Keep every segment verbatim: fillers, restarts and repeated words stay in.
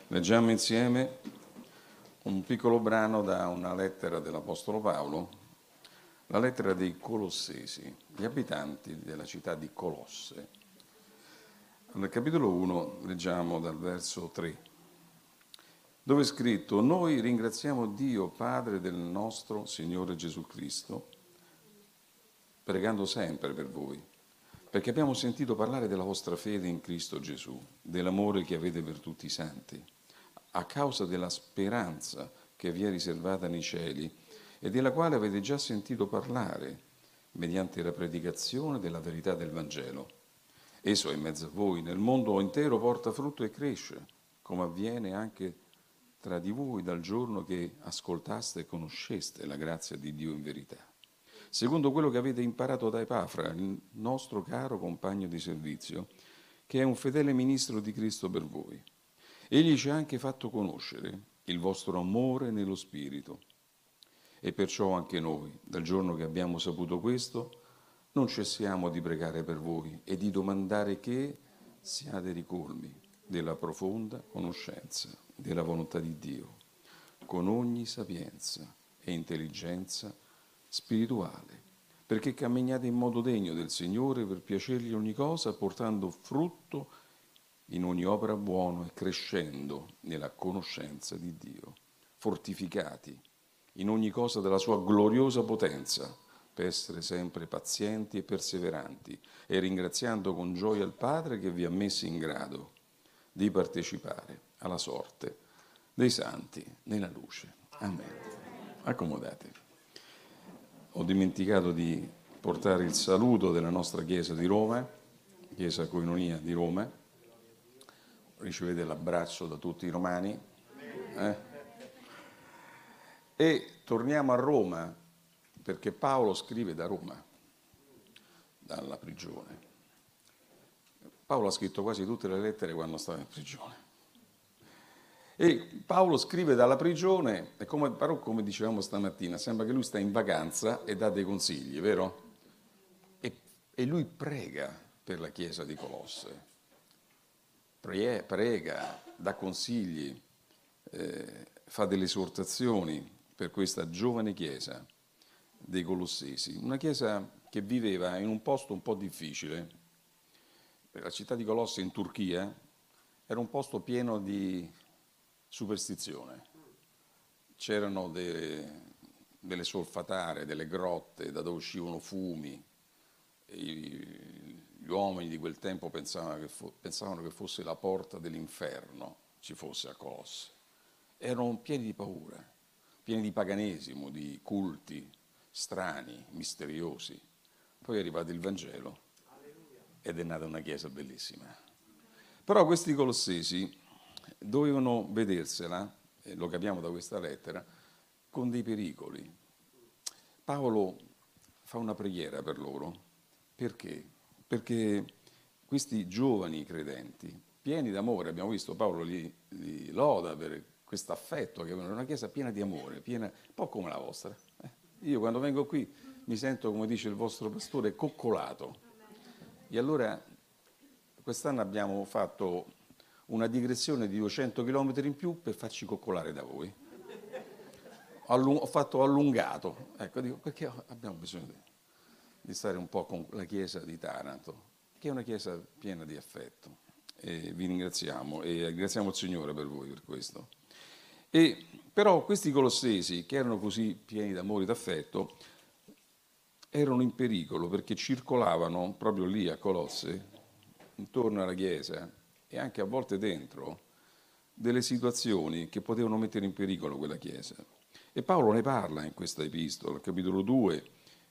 Leggiamo insieme un piccolo brano da una lettera dell'Apostolo Paolo, la lettera dei Colossesi, gli abitanti della città di Colosse. Nel capitolo uno leggiamo dal verso tre, dove è scritto: «Noi ringraziamo Dio, Padre del nostro Signore Gesù Cristo, pregando sempre per voi, perché abbiamo sentito parlare della vostra fede in Cristo Gesù, dell'amore che avete per tutti i santi, a causa della speranza che vi è riservata nei cieli e della quale avete già sentito parlare mediante la predicazione della verità del Vangelo. Esso è in mezzo a voi, nel mondo intero porta frutto e cresce, come avviene anche tra di voi dal giorno che ascoltaste e conosceste la grazia di Dio in verità, secondo quello che avete imparato da Epafra, il nostro caro compagno di servizio, che è un fedele ministro di Cristo per voi. Egli ci ha anche fatto conoscere il vostro amore nello Spirito. E perciò anche noi, dal giorno che abbiamo saputo questo, non cessiamo di pregare per voi e di domandare che siate ricolmi della profonda conoscenza della volontà di Dio, con ogni sapienza e intelligenza spirituale, perché camminiate in modo degno del Signore per piacergli ogni cosa, portando frutto in ogni opera buona e crescendo nella conoscenza di Dio, fortificati in ogni cosa dalla sua gloriosa potenza, per essere sempre pazienti e perseveranti, e ringraziando con gioia il Padre che vi ha messi in grado di partecipare alla sorte dei santi nella luce. Amen. Accomodatevi. Ho dimenticato di portare il saluto della nostra Chiesa di Roma, Chiesa Koinonia di Roma. Ricevete l'abbraccio da tutti i romani. Eh? E torniamo a Roma, perché Paolo scrive da Roma, dalla prigione. Paolo ha scritto quasi tutte le lettere quando stava in prigione. E Paolo scrive dalla prigione, e come, però come dicevamo stamattina, sembra che lui sta in vacanza e dà dei consigli, vero? E, e lui prega per la Chiesa di Colosse. Pre, prega, dà consigli, eh, fa delle esortazioni per questa giovane Chiesa dei Colossesi, una Chiesa che viveva in un posto un po' difficile. La città di Colosse in Turchia era un posto pieno di superstizione. C'erano delle, delle solfatare, delle grotte da dove uscivano fumi. I, gli uomini di quel tempo pensavano che, fo, pensavano che fosse la porta dell'inferno ci fosse a Colosse. Erano pieni di paura, pieni di paganesimo, di culti strani, misteriosi. Poi è arrivato il Vangelo ed è nata una chiesa bellissima. Però questi colossesi dovevano vedersela, e lo capiamo da questa lettera, con dei pericoli. Paolo fa una preghiera per loro. Perché? Perché questi giovani credenti, pieni d'amore, abbiamo visto Paolo li, li loda per questo affetto, che è una chiesa piena di amore, piena, un po' come la vostra. Eh? Io quando vengo qui mi sento, come dice il vostro pastore, coccolato. E allora quest'anno abbiamo fatto una digressione di duecento chilometri in più per farci coccolare da voi. Ho fatto allungato, ecco, dico, perché abbiamo bisogno di, di stare un po' con la chiesa di Taranto, che è una chiesa piena di affetto. E vi ringraziamo e ringraziamo il Signore per voi, per questo. E però questi colossesi, che erano così pieni d'amore e d'affetto, erano in pericolo perché circolavano proprio lì a Colosse, intorno alla chiesa e anche a volte dentro, delle situazioni che potevano mettere in pericolo quella chiesa. E Paolo ne parla in questa epistola, al capitolo due,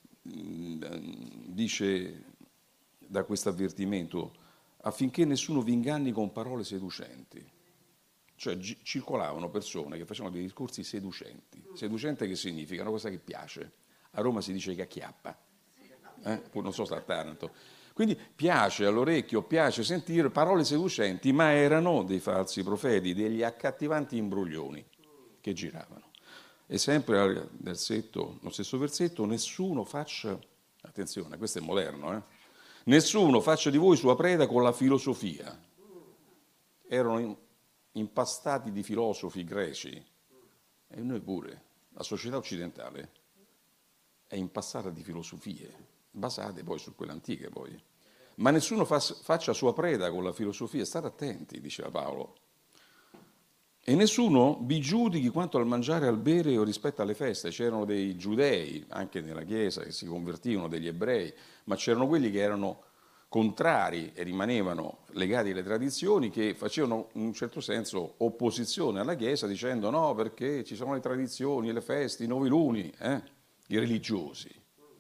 dice, da questo avvertimento, affinché nessuno vi inganni con parole seducenti. Cioè gi- circolavano persone che facevano dei discorsi seducenti. Seducente che significa? Una cosa che piace. A Roma si dice che acchiappa, eh? Non so se a Taranto. Quindi piace all'orecchio, piace sentire parole seducenti, ma erano dei falsi profeti, degli accattivanti imbroglioni che giravano. E sempre al versetto, lo stesso versetto, nessuno faccia, attenzione, questo è moderno, eh? Nessuno faccia di voi sua preda con la filosofia. Erano impastati di filosofi greci, e noi pure, la società occidentale è impastata di filosofie, basate poi su quelle antiche poi. Ma nessuno fa, faccia sua preda con la filosofia, state attenti, diceva Paolo. E nessuno vi giudichi quanto al mangiare e al bere o rispetto alle feste. C'erano dei giudei, anche nella Chiesa, che si convertivano, degli ebrei, ma c'erano quelli che erano contrari e rimanevano legati alle tradizioni, che facevano in un certo senso opposizione alla Chiesa, dicendo no, perché ci sono le tradizioni, le feste, i noviluni, eh? I religiosi.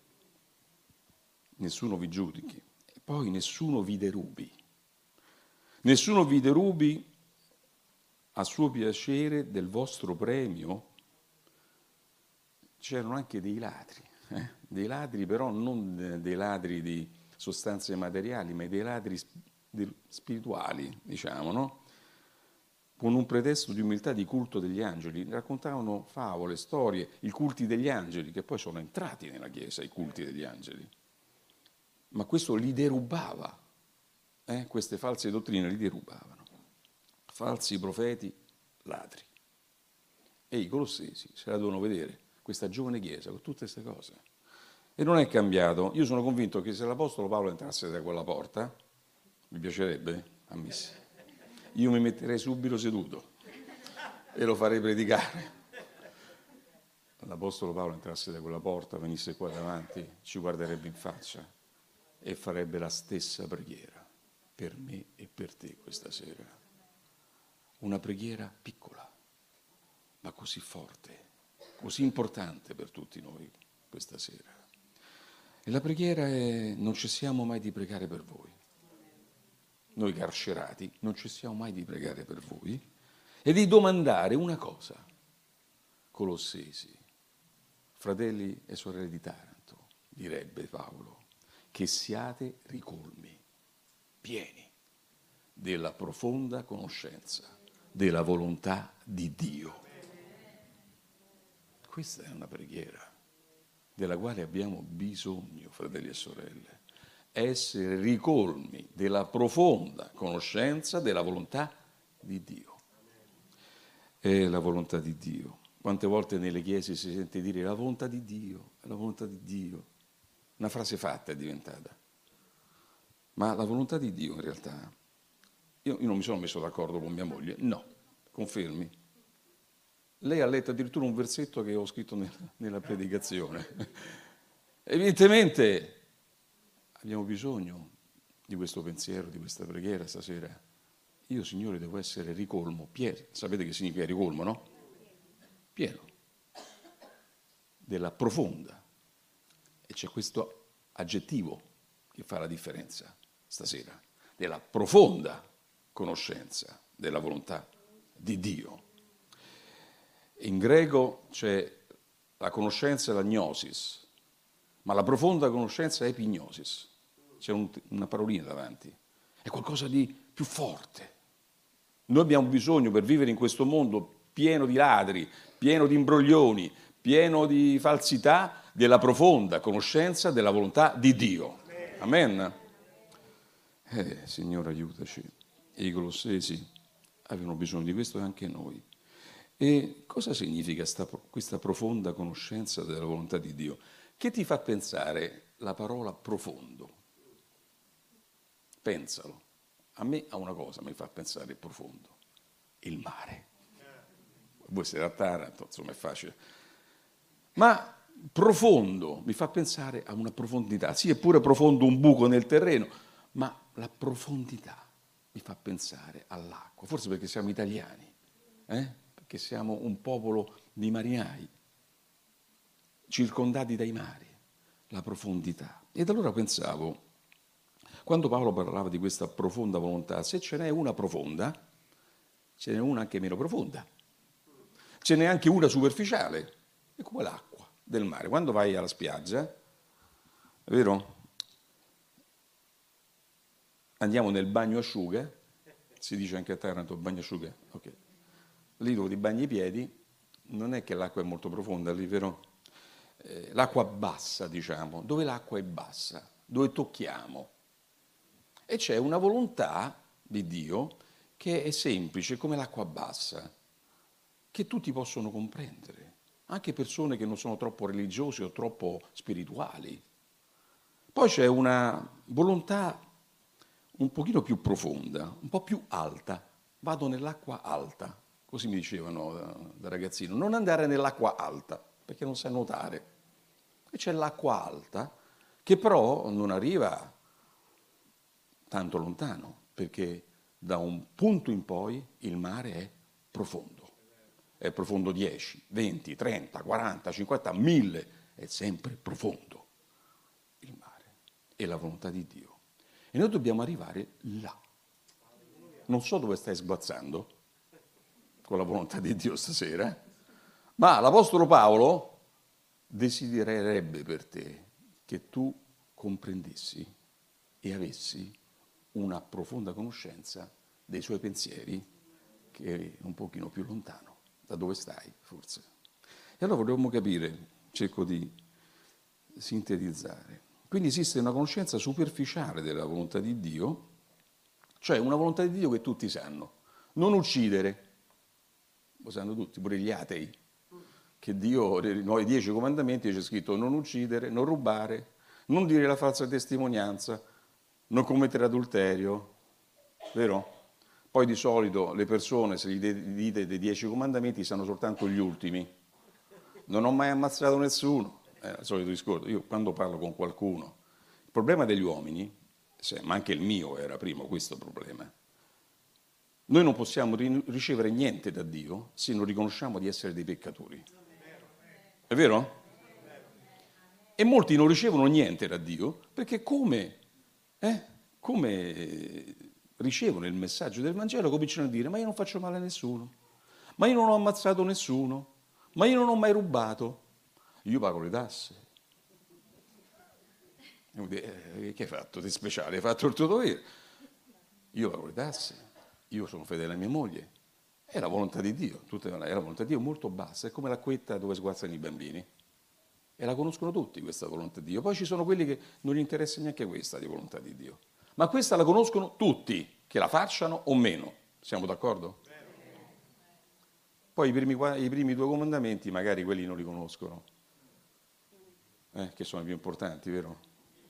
Nessuno vi giudichi. E poi nessuno vi derubi. Nessuno vi derubi a suo piacere del vostro premio. C'erano anche dei ladri, eh? Dei ladri però non dei ladri di sostanze materiali, ma dei ladri spirituali, diciamo, no? Con un pretesto di umiltà, di culto degli angeli. Raccontavano favole, storie, i culti degli angeli, che poi sono entrati nella Chiesa, i culti degli angeli. Ma questo li derubava, eh? Queste false dottrine li derubavano. Falsi profeti, ladri. E i colossesi se la devono vedere, questa giovane Chiesa, con tutte queste cose. E non è cambiato. Io sono convinto che se l'Apostolo Paolo entrasse da quella porta, mi piacerebbe, ammesso, io mi metterei subito seduto e lo farei predicare. L'Apostolo Paolo entrasse da quella porta, venisse qua davanti, ci guarderebbe in faccia e farebbe la stessa preghiera per me e per te questa sera. Una preghiera piccola, ma così forte, così importante per tutti noi questa sera. E la preghiera è: non cessiamo mai di pregare per voi. Noi carcerati non cessiamo mai di pregare per voi e di domandare una cosa. Colossesi, fratelli e sorelle di Taranto, direbbe Paolo, che siate ricolmi, pieni della profonda conoscenza della volontà di Dio. Questa è una preghiera della quale abbiamo bisogno, fratelli e sorelle. Essere ricolmi della profonda conoscenza della volontà di Dio. È la volontà di Dio. Quante volte nelle chiese si sente dire la volontà di Dio, la volontà di Dio. Una frase fatta è diventata. Ma la volontà di Dio in realtà, io, io non mi sono messo d'accordo con mia moglie, no, confermi. Lei ha letto addirittura un versetto che ho scritto nella, nella predicazione. Evidentemente abbiamo bisogno di questo pensiero, di questa preghiera stasera. Io, Signore, devo essere ricolmo, pieno. Sapete che significa ricolmo, no? Pieno. Della profonda. E c'è questo aggettivo che fa la differenza stasera. Della profonda conoscenza della volontà di Dio. In greco c'è la conoscenza e la gnosis, ma la profonda conoscenza è epignosis. C'è un, una parolina davanti. È qualcosa di più forte. Noi abbiamo bisogno, per vivere in questo mondo pieno di ladri, pieno di imbroglioni, pieno di falsità, della profonda conoscenza della volontà di Dio. Amen? Eh, Signore, aiutaci. E i colossesi avevano bisogno di questo e anche noi. E cosa significa sta, questa profonda conoscenza della volontà di Dio? Che ti fa pensare la parola profondo? Pensalo. A me a una cosa mi fa pensare profondo: il mare. Voi siete a Taranto, insomma è facile. Ma profondo mi fa pensare a una profondità. Sì, è pure profondo un buco nel terreno, ma la profondità mi fa pensare all'acqua. Forse perché siamo italiani, eh? Che siamo un popolo di marinai, circondati dai mari, la profondità. Ed allora pensavo, quando Paolo parlava di questa profonda volontà, se ce n'è una profonda, ce n'è una anche meno profonda, ce n'è anche una superficiale, è come l'acqua del mare. Quando vai alla spiaggia, è vero? Andiamo nel bagno asciuga, si dice anche a Taranto bagno asciuga, ok. Lì dove ti bagni i piedi, non è che l'acqua è molto profonda, lì, vero? Eh, l'acqua bassa, diciamo, dove l'acqua è bassa, dove tocchiamo. E c'è una volontà di Dio che è semplice come l'acqua bassa, che tutti possono comprendere, anche persone che non sono troppo religiose o troppo spirituali. Poi c'è una volontà un pochino più profonda, un po' più alta. Vado nell'acqua alta, così mi dicevano da, da ragazzino. Non andare nell'acqua alta, perché non sai nuotare. E c'è l'acqua alta, che però non arriva tanto lontano, perché da un punto in poi il mare è profondo. È profondo dieci, venti, trenta, quaranta, cinquanta, mille, è sempre profondo il mare. È la volontà di Dio. E noi dobbiamo arrivare là. Non so dove stai sguazzando con la volontà di Dio stasera, ma l'Apostolo Paolo desidererebbe per te che tu comprendessi e avessi una profonda conoscenza dei suoi pensieri, che è un pochino più lontano da dove stai, forse. E allora vorremmo capire, cerco di sintetizzare. Quindi esiste una conoscenza superficiale della volontà di Dio, cioè una volontà di Dio che tutti sanno. Non uccidere, lo sanno tutti, pure gli atei, che Dio, nei nuovi dieci comandamenti c'è scritto non uccidere, non rubare, non dire la falsa testimonianza, non commettere adulterio, vero? Poi di solito le persone, se gli dite dei dieci comandamenti, sanno soltanto gli ultimi. Non ho mai ammazzato nessuno. È il solito discorso. Io quando parlo con qualcuno, il problema degli uomini, ma anche il mio era prima questo problema, noi non possiamo ricevere niente da Dio se non riconosciamo di essere dei peccatori. È vero? E molti non ricevono niente da Dio perché come, eh, come ricevono il messaggio del Vangelo cominciano a dire ma io non faccio male a nessuno, ma io non ho ammazzato nessuno, ma io non ho mai rubato. Io pago le tasse. Eh, che hai fatto di speciale? Hai fatto il tuo dovere. Io pago le tasse, io sono fedele a mia moglie. È la volontà di Dio, tutta, è la volontà di Dio molto bassa, è come l'acquetta dove sguazzano i bambini. E la conoscono tutti questa volontà di Dio. Poi ci sono quelli che non gli interessa neanche questa di volontà di Dio. Ma questa la conoscono tutti, che la facciano o meno. Siamo d'accordo? Poi i primi, i primi due comandamenti magari quelli non li conoscono. Eh, che sono i più importanti, vero?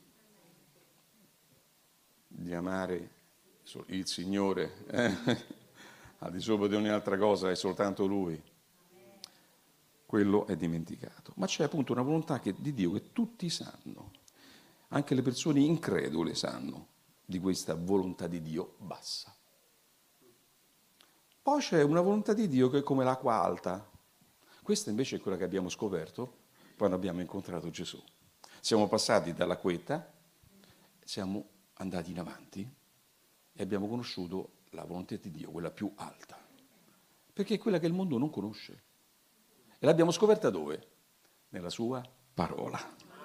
Di amare il Signore eh? al di sopra di ogni altra cosa è soltanto Lui. Quello è dimenticato. Ma c'è appunto una volontà che, di Dio che tutti sanno, anche le persone incredule sanno di questa volontà di Dio bassa. Poi c'è una volontà di Dio che è come l'acqua alta. Questa invece è quella che abbiamo scoperto quando abbiamo incontrato Gesù. Siamo passati dall'acquetta, siamo andati in avanti e abbiamo conosciuto la volontà di Dio, quella più alta, perché è quella che il mondo non conosce. E l'abbiamo scoperta dove? Nella sua parola.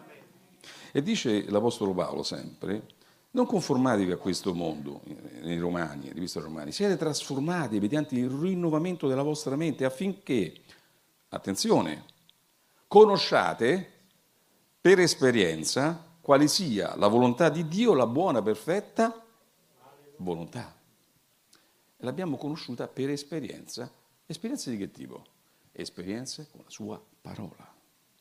E dice l'Apostolo Paolo sempre, non conformatevi a questo mondo, nei Romani, rivista Romani, siete trasformati mediante il rinnovamento della vostra mente affinché, attenzione, conosciate per esperienza quale sia la volontà di Dio, la buona, perfetta volontà. E l'abbiamo conosciuta per esperienza. Esperienze di che tipo? Esperienze con la sua parola.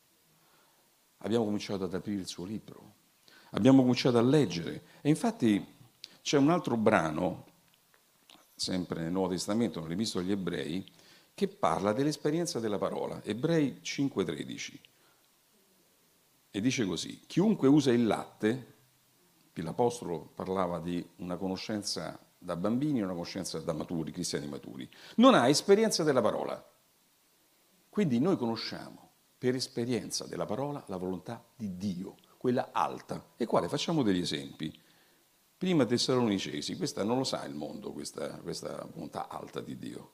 Abbiamo cominciato ad aprire il suo libro, abbiamo cominciato a leggere e infatti c'è un altro brano, sempre nel Nuovo Testamento, nell'Epistola agli Ebrei, che parla dell'esperienza della parola, Ebrei cinque tredici, e dice così, chiunque usa il latte, l'Apostolo parlava di una conoscenza da bambini e una conoscenza da maturi, cristiani maturi, non ha esperienza della parola. Quindi noi conosciamo per esperienza della parola la volontà di Dio, quella alta. E quale? Facciamo degli esempi. Prima Tessalonicesi, questa non lo sa il mondo, questa, questa volontà alta di Dio.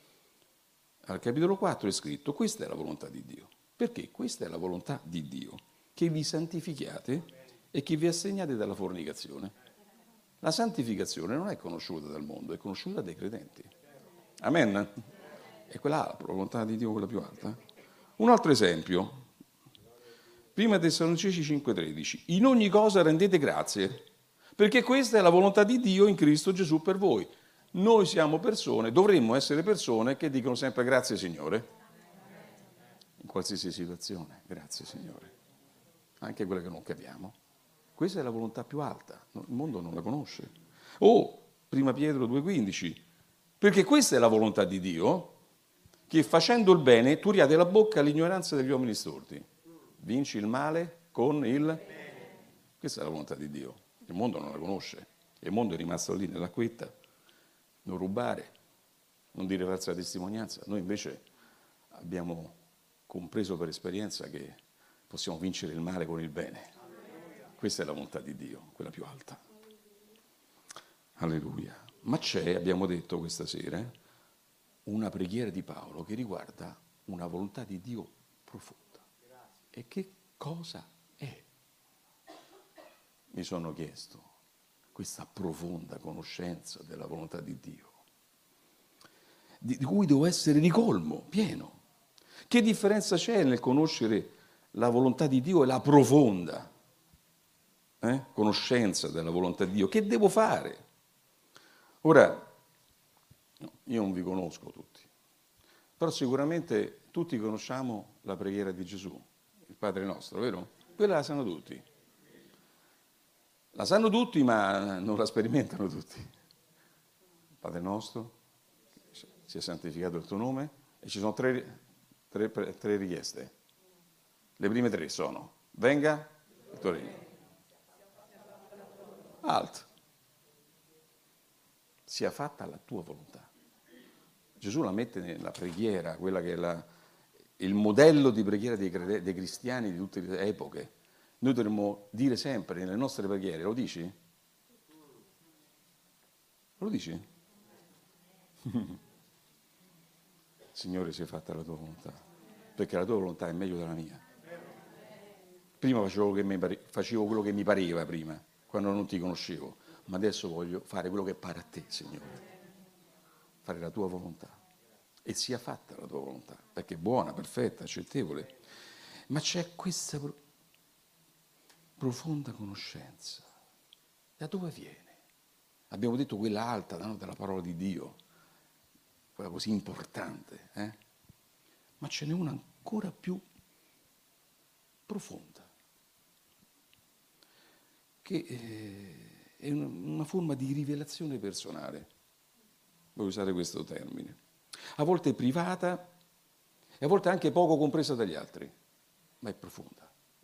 Al capitolo quattro è scritto, questa è la volontà di Dio. Perché? Questa è la volontà di Dio, che vi santifichiate e che vi assegnate dalla fornicazione. La santificazione non è conosciuta dal mondo, è conosciuta dai credenti. Amen? E quella la volontà di Dio, quella più alta. Un altro esempio, prima Tessalonicesi cinque tredici, in ogni cosa rendete grazie, perché questa è la volontà di Dio in Cristo Gesù per voi. Noi siamo persone, dovremmo essere persone che dicono sempre grazie Signore, in qualsiasi situazione, grazie Signore, anche quella che non capiamo. Questa è la volontà più alta, il mondo non la conosce. O, prima Pietro due quindici, perché questa è la volontà di Dio, che facendo il bene tu riate la bocca all'ignoranza degli uomini storti. Vinci il male con il... Questa è la volontà di Dio. Il mondo non la conosce. Il mondo è rimasto lì nell'acquetta. Non rubare, non dire falsa testimonianza. Noi invece abbiamo compreso per esperienza che possiamo vincere il male con il bene. Questa è la volontà di Dio, quella più alta. Alleluia. Ma c'è, abbiamo detto questa sera, una preghiera di Paolo che riguarda una volontà di Dio profonda. E che cosa è? Mi sono chiesto questa profonda conoscenza della volontà di Dio, di, di cui devo essere ricolmo, pieno. Che differenza c'è nel conoscere la volontà di Dio e la profonda eh, conoscenza della volontà di Dio? Che devo fare? Ora, io non vi conosco tutti, però sicuramente tutti conosciamo la preghiera di Gesù, il Padre nostro, vero? Quella la sanno tutti. La sanno tutti, ma non la sperimentano tutti. Padre nostro, sia santificato il tuo nome, e ci sono tre, tre, tre richieste. Le prime tre sono: venga il tuo regno. Alt. Sia fatta la tua volontà. Gesù la mette nella preghiera, quella che è la, il modello di preghiera dei, dei cristiani di tutte le epoche. Noi dovremmo dire sempre nelle nostre preghiere, lo dici? Lo dici? Signore, sia fatta la tua volontà, perché la tua volontà è meglio della mia. Prima facevo, che mi pare, facevo quello che mi pareva prima, quando non ti conoscevo, ma adesso voglio fare quello che pare a te, Signore. Fare la tua volontà. E sia fatta la tua volontà, perché è buona, perfetta, accettevole. Ma c'è questa profonda conoscenza. Da dove viene? Abbiamo detto quella alta, no, della parola di Dio, quella così importante, eh? Ma ce n'è una ancora più profonda, che eh, è una, una forma di rivelazione personale, voglio usare questo termine, a volte privata e a volte anche poco compresa dagli altri, ma è profonda.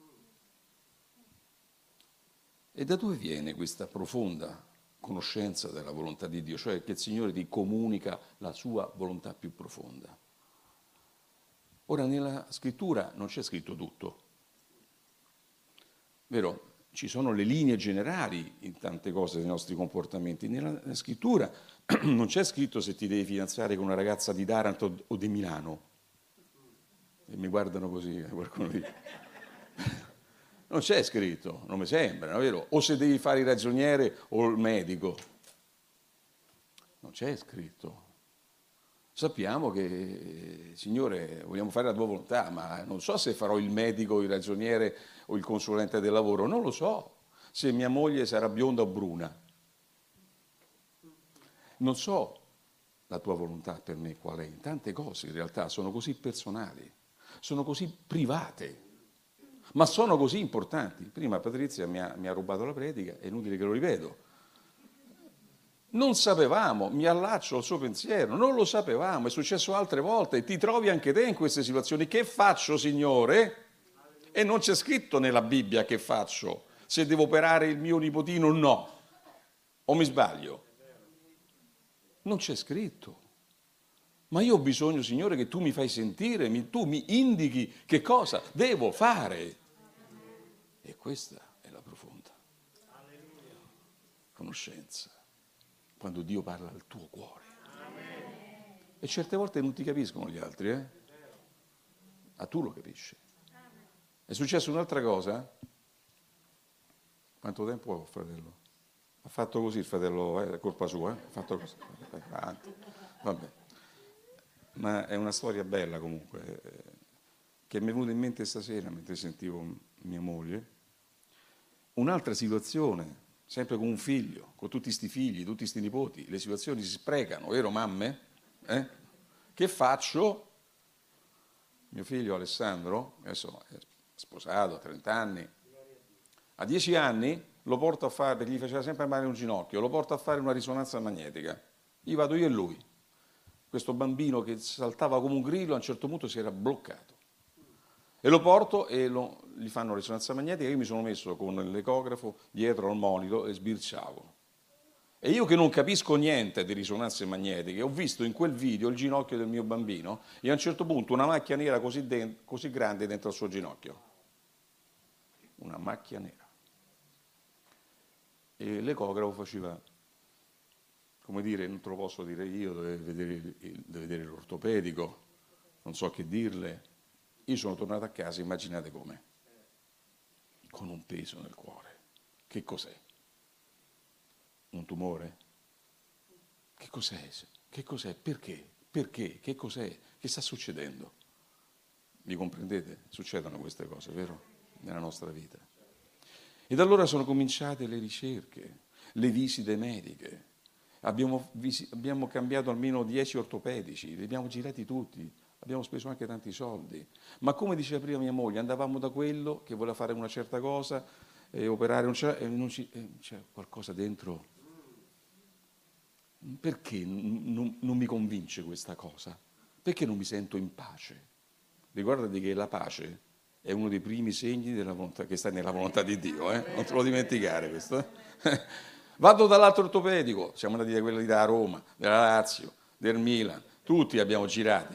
E da dove viene questa profonda conoscenza della volontà di Dio? Cioè che il Signore ti comunica la sua volontà più profonda. Ora, nella scrittura non c'è scritto tutto, vero? Ci sono le linee generali in tante cose dei nostri comportamenti. Nella, nella scrittura non c'è scritto se ti devi fidanzare con una ragazza di Taranto o di Milano. E mi guardano così, qualcuno dice. Non c'è scritto, non mi sembra, vero? O se devi fare il ragioniere o il medico. Non c'è scritto. Sappiamo che, Signore, vogliamo fare la tua volontà, ma non so se farò il medico, il ragioniere o il consulente del lavoro, non lo so. Se mia moglie sarà bionda o bruna. Non so la tua volontà per me qual è. In tante cose in realtà sono così personali, sono così private, ma sono così importanti. Prima Patrizia mi ha, mi ha rubato la predica, è inutile che lo ripeto. Non sapevamo, mi allaccio al suo pensiero, non lo sapevamo, è successo altre volte, e ti trovi anche te in queste situazioni. Che faccio, Signore? E non c'è scritto nella Bibbia che faccio, se devo operare il mio nipotino o no, o mi sbaglio? Non c'è scritto. Ma io ho bisogno, Signore, che tu mi fai sentire, mi, tu mi indichi che cosa devo fare. E questa è la profonda conoscenza, quando Dio parla al tuo cuore. E certe volte non ti capiscono gli altri, eh? Ma tu lo capisci. È successa un'altra cosa? Quanto tempo ho, fratello? Ha fatto così il fratello, è colpa sua, eh? Ha fatto così. Vabbè. Ma è una storia bella comunque, eh, che mi è venuta in mente stasera mentre sentivo mia moglie. Un'altra situazione sempre con un figlio, con tutti sti figli, tutti sti nipoti, le situazioni si sprecano, vero mamme? Eh? Che faccio? Mio figlio Alessandro, adesso è sposato, ha trenta anni, a dieci anni lo porto a fare, perché gli faceva sempre male un ginocchio, lo porto a fare una risonanza magnetica. Io vado io e lui. Questo bambino che saltava come un grillo a un certo punto si era bloccato. E lo porto e lo, gli fanno risonanza magnetica, io mi sono messo con l'ecografo dietro al monitor e sbirciavo. E io che non capisco niente di risonanze magnetiche, ho visto in quel video il ginocchio del mio bambino e a un certo punto una macchia nera così, dentro, così grande dentro il suo ginocchio. Una macchia nera. E l'ecografo faceva, come dire, non te lo posso dire io, deve vedere, il, deve vedere l'ortopedico, non so che dirle. Io sono tornato a casa, immaginate come, con un peso nel cuore. Che cos'è? Un tumore? Che cos'è? Che cos'è? Perché? Perché? Che cos'è? Che sta succedendo? Mi comprendete? Succedono queste cose, vero? Nella nostra vita. E da allora sono cominciate le ricerche, le visite mediche. Abbiamo, visi- abbiamo cambiato almeno dieci ortopedici, li abbiamo girati tutti, abbiamo speso anche tanti soldi. Ma come diceva prima mia moglie, andavamo da quello che voleva fare una certa cosa, e operare un certo, e non ci, e c'è qualcosa dentro. Perché non, non mi convince questa cosa? Perché non mi sento in pace? Ricordati che la pace è uno dei primi segni della volontà, che sta nella volontà di Dio, eh? Non te lo dimenticare questo. Eh? Vado dall'altro ortopedico, siamo andati da quelli da Roma, della Lazio, del Milan, tutti abbiamo girati.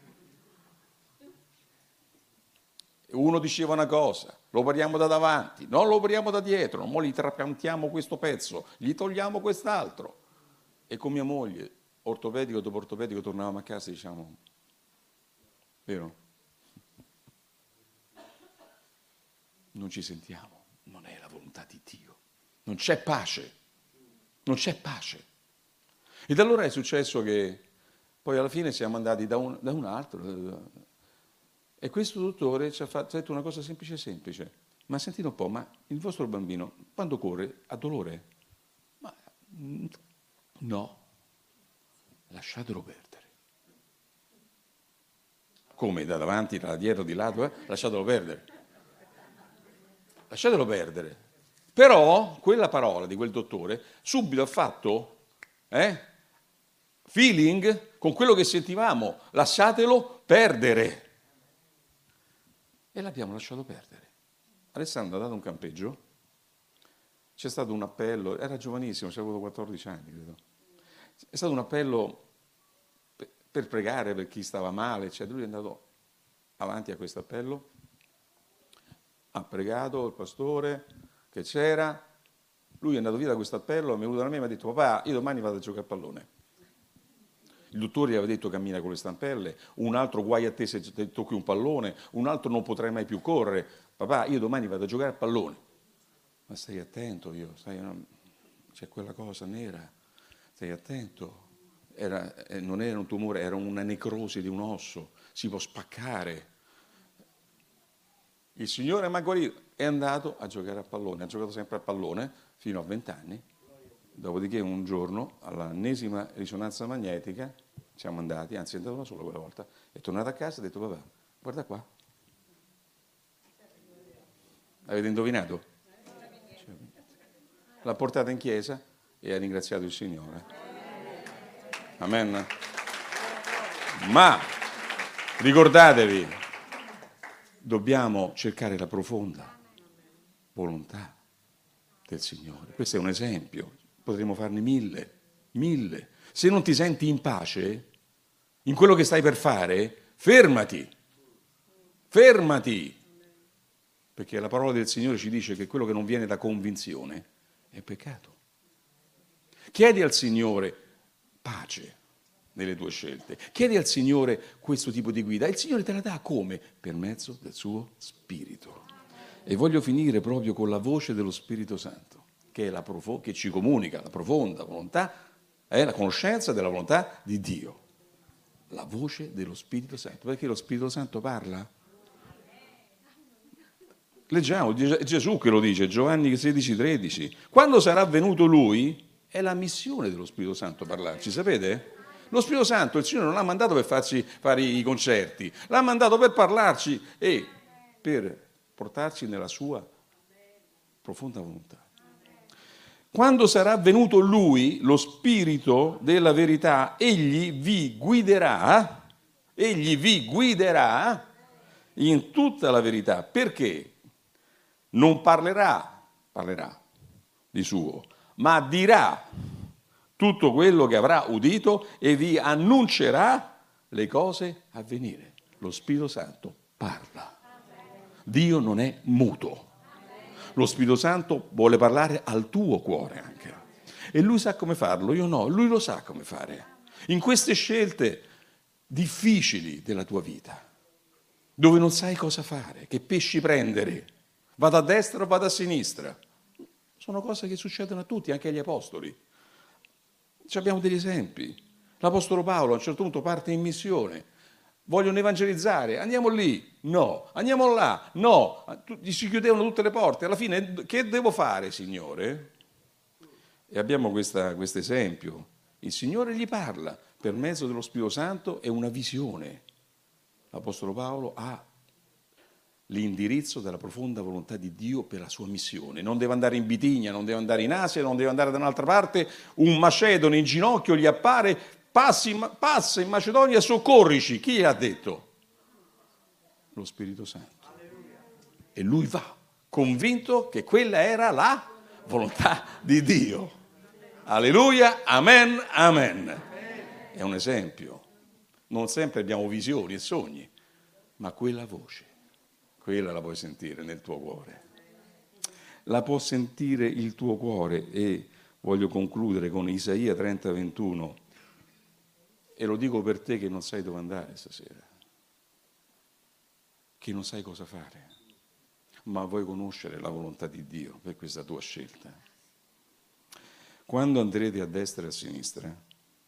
Uno diceva una cosa, lo operiamo da davanti, non lo operiamo da dietro, non gli trapiantiamo questo pezzo, gli togliamo quest'altro. E con mia moglie, ortopedico dopo ortopedico, tornavamo a casa e diciamo, vero? Non ci sentiamo, non è la volontà di Dio, non c'è pace, non c'è pace. E da allora è successo che poi alla fine siamo andati da un, da un altro e questo dottore ci ha, fatto, ci ha detto una cosa semplice semplice, ma sentite un po', ma il vostro bambino quando corre ha dolore? Ma no, lasciatelo perdere. Come, da davanti, da dietro, di lato, eh? Lasciatelo perdere. Lasciatelo perdere. Però quella parola di quel dottore subito ha fatto eh, feeling con quello che sentivamo, lasciatelo perdere. E l'abbiamo lasciato perdere. Alessandro ha dato un campeggio, c'è stato un appello, era giovanissimo, c'era avuto quattordici anni, credo. È stato un appello per, per pregare per chi stava male, eccetera. Lui è andato avanti a questo appello, ha pregato il pastore che c'era, lui è andato via da questo appello, è venuto da me e mi ha detto papà, io domani vado a giocare a pallone. Il dottore gli aveva detto cammina con le stampelle, un altro guai a te se ti tocchi un pallone, un altro non potrai mai più correre. Papà, io domani vado a giocare a pallone. Ma stai attento, io, stai, c'è quella cosa nera, stai attento. Era, non era un tumore, era una necrosi di un osso, si può spaccare. Il Signore mi ha guarito, è andato a giocare a pallone, ha giocato sempre a pallone fino a vent'anni, dopodiché un giorno all'ennesima risonanza magnetica siamo andati, anzi è andato da solo quella volta, è tornato a casa e ha detto papà, guarda qua, avete indovinato? L'ha portata in chiesa e ha ringraziato il Signore. Amen. Ma ricordatevi, dobbiamo cercare la profonda volontà del Signore. Questo è un esempio, potremmo farne mille, mille. Se non ti senti in pace in quello che stai per fare, fermati, fermati, perché la parola del Signore ci dice che quello che non viene da convinzione è peccato. Chiedi al Signore pace nelle tue scelte, chiedi al Signore questo tipo di guida e il Signore te la dà come? Per mezzo del suo Spirito. E voglio finire proprio con la voce dello Spirito Santo, che, è la profo- che ci comunica la profonda volontà, è la conoscenza della volontà di Dio. La voce dello Spirito Santo, perché lo Spirito Santo parla? Leggiamo, è Gesù che lo dice, Giovanni sedici tredici. Quando sarà venuto Lui, è la missione dello Spirito Santo parlarci, sapete? Lo Spirito Santo il Signore non l'ha mandato per farci fare i concerti, l'ha mandato per parlarci e per portarci nella sua profonda volontà. Quando sarà venuto Lui, lo Spirito della verità, Egli vi guiderà, Egli vi guiderà in tutta la verità. Perché? Non parlerà, parlerà di suo, ma dirà tutto quello che avrà udito e vi annuncerà le cose a venire. Lo Spirito Santo parla. Dio non è muto. Lo Spirito Santo vuole parlare al tuo cuore anche. E Lui sa come farlo, io no, Lui lo sa come fare. In queste scelte difficili della tua vita, dove non sai cosa fare, che pesci prendere, vado a destra o vado a sinistra. Sono cose che succedono a tutti, anche agli apostoli. Ci abbiamo degli esempi. L'apostolo Paolo a un certo punto parte in missione. Vogliono evangelizzare, andiamo lì, no. Andiamo là, no. Gli si chiudevano tutte le porte. Alla fine, che devo fare, Signore? E abbiamo questo esempio. Il Signore gli parla per mezzo dello Spirito Santo e una visione. L'apostolo Paolo ha l'indirizzo della profonda volontà di Dio per la sua missione. Non deve andare in Bitigna, non deve andare in Asia, non deve andare da un'altra parte. Un macedone in ginocchio gli appare, passi, passa in Macedonia, soccorrici. Chi gliel'ha detto? Lo Spirito Santo. E lui va, convinto che quella era la volontà di Dio. Alleluia, amen, amen. È un esempio. Non sempre abbiamo visioni e sogni, ma quella voce, quella la puoi sentire nel tuo cuore. La può sentire il tuo cuore. E voglio concludere con Isaia trenta ventuno. E lo dico per te che non sai dove andare stasera, che non sai cosa fare, ma vuoi conoscere la volontà di Dio per questa tua scelta. Quando andrete a destra e a sinistra,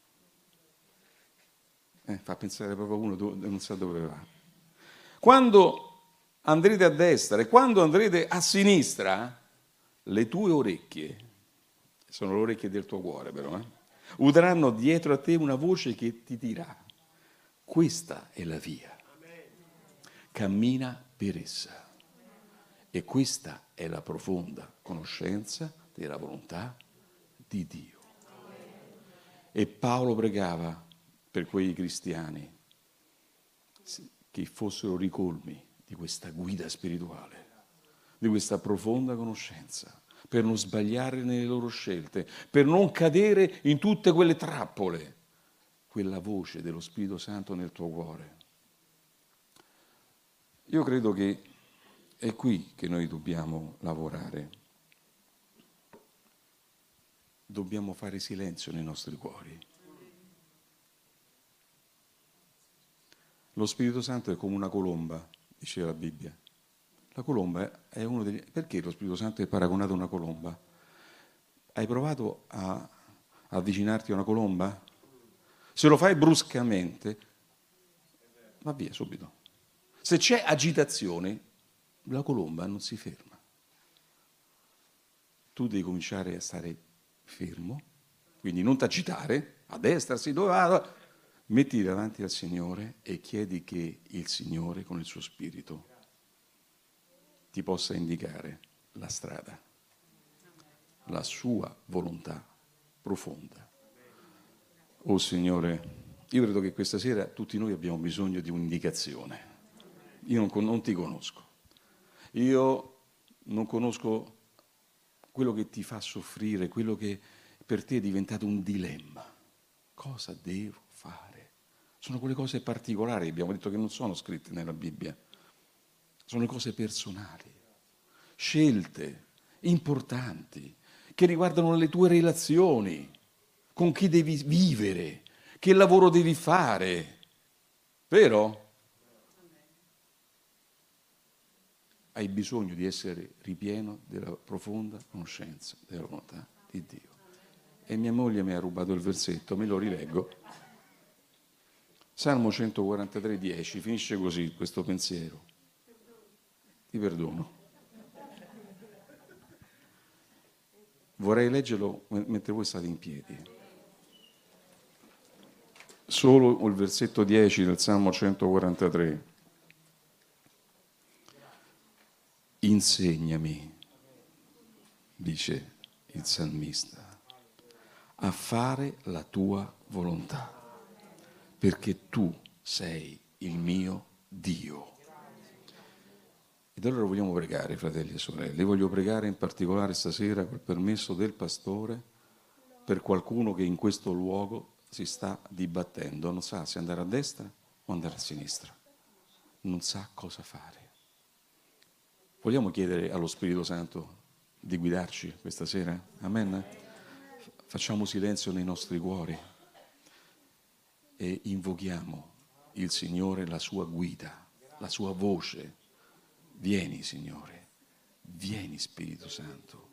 eh, fa pensare proprio a uno dove non sa dove va. Quando andrete a destra e quando andrete a sinistra, le tue orecchie, sono le orecchie del tuo cuore però, eh, udranno dietro a te una voce che ti dirà: questa è la via, cammina per essa. E questa è la profonda conoscenza della volontà di Dio. E Paolo pregava per quei cristiani che fossero ricolmi di questa guida spirituale, di questa profonda conoscenza, per non sbagliare nelle loro scelte, per non cadere in tutte quelle trappole. Quella voce dello Spirito Santo nel tuo cuore. Io credo che è qui che noi dobbiamo lavorare. Dobbiamo fare silenzio nei nostri cuori. Lo Spirito Santo è come una colomba, dice la Bibbia. La colomba è uno degli... Perché lo Spirito Santo è paragonato a una colomba? Hai provato a avvicinarti a una colomba? Se lo fai bruscamente, va via subito. Se c'è agitazione, la colomba non si ferma. Tu devi cominciare a stare fermo, quindi non t'agitare, a destra, sì, dove vado? Metti davanti al Signore e chiedi che il Signore con il suo Spirito ti possa indicare la strada, la sua volontà profonda. Oh Signore, io credo che questa sera tutti noi abbiamo bisogno di un'indicazione. Io non, non ti conosco, io non conosco quello che ti fa soffrire, quello che per te è diventato un dilemma. Cosa devo fare? Sono quelle cose particolari, abbiamo detto che non sono scritte nella Bibbia, sono cose personali, scelte importanti, che riguardano le tue relazioni, con chi devi vivere, che lavoro devi fare, vero? Hai bisogno di essere ripieno della profonda conoscenza della volontà di Dio. E mia moglie mi ha rubato il versetto, me lo rileggo. Salmo centoquarantatré, dieci, finisce così questo pensiero. Ti perdono. Vorrei leggerlo mentre voi state in piedi. Solo il versetto dieci del Salmo centoquarantatré. Insegnami, dice il salmista, a fare la tua volontà, perché tu sei il mio Dio. Ed allora vogliamo pregare, fratelli e sorelle. Voglio pregare in particolare stasera, col permesso del pastore, per qualcuno che in questo luogo si sta dibattendo, non sa se andare a destra o andare a sinistra, non sa cosa fare. Vogliamo chiedere allo Spirito Santo di guidarci questa sera? Amen? Facciamo silenzio nei nostri cuori e invochiamo il Signore, la sua guida, la sua voce. Vieni, Signore, vieni, Spirito Santo.